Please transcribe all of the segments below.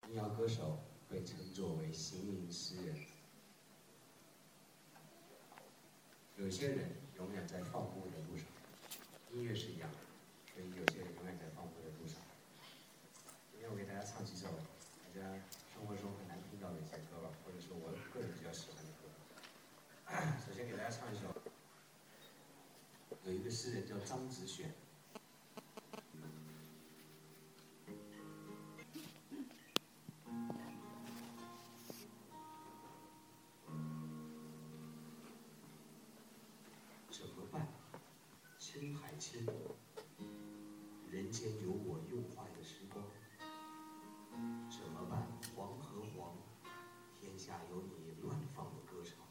民谣歌手被称作为行吟诗人。有些人永远在放牧的路上，音乐是一样的，所以有些人永远在放牧的路上。今天我给大家唱几首大家生活中很难听到的一些歌吧，或者说我个人比较喜欢的歌。首先给大家唱一首，有一个诗人叫张子选。怎么办？青海青，人间有我用坏的时光。怎么办？黄河黄，天下有你乱放的歌唱。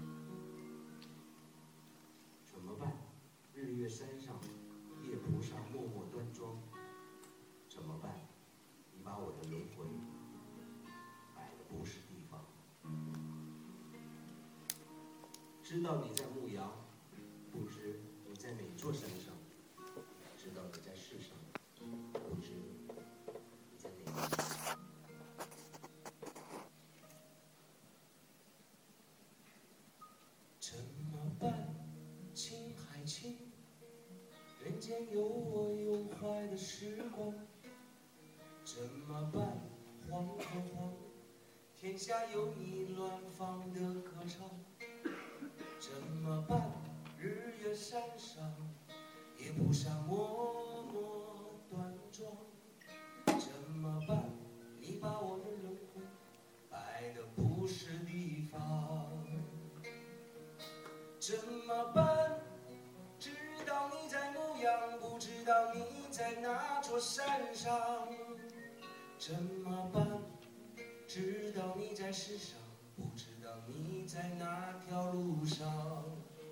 怎么办？日月山上，夜菩萨默默端庄。怎么办？你把我的轮回摆的不是地方。知道你在牧羊，不知你在哪座山上；知道你在世上，不知你在哪座山上。怎么办？青海青，人间有我用坏的时光。怎么办？黄河黄，天下有你乱放的歌唱。怎么办？日月山上，夜菩萨默默端庄。怎么办？你把我的轮回摆的不是地方。怎么办？知道你在牧羊，不知道你在哪座山上。怎么办？知道你在世上，不知道你在哪条路上。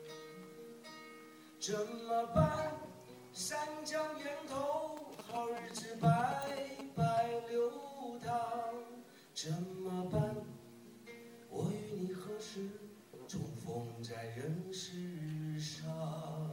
怎么办？三江源头，好日子白白流淌。怎么办？我与你何时重逢在人世上？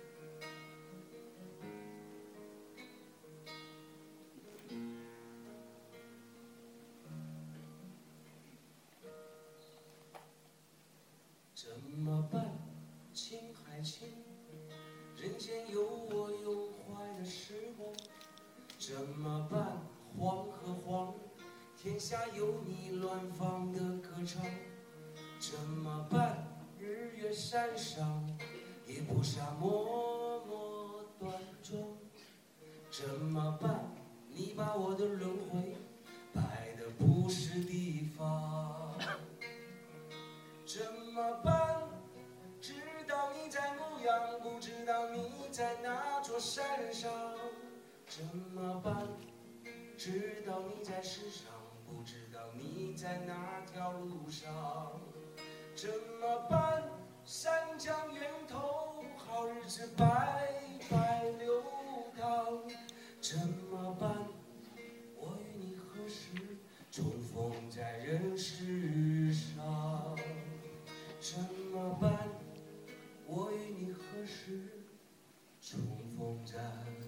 怎么办？青海青，人间有我用坏的时光。怎么办？黄河黄，天下有你乱放的歌唱。怎么办？日月山上，夜菩萨默默端庄。怎么办？你把我的轮回摆的不是地方。怎么办？知道你在牧羊，不知道你在哪座山上。怎么办？知道你在世上，不知道你在哪条路上。怎么办？三江源头，好日子白白流淌。怎么办？我与你何时重逢在人世上？怎么办？我与你何时重逢在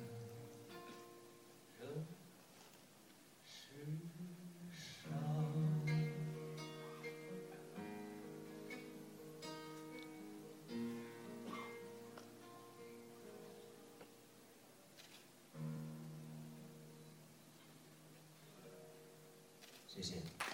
人世上？谢谢。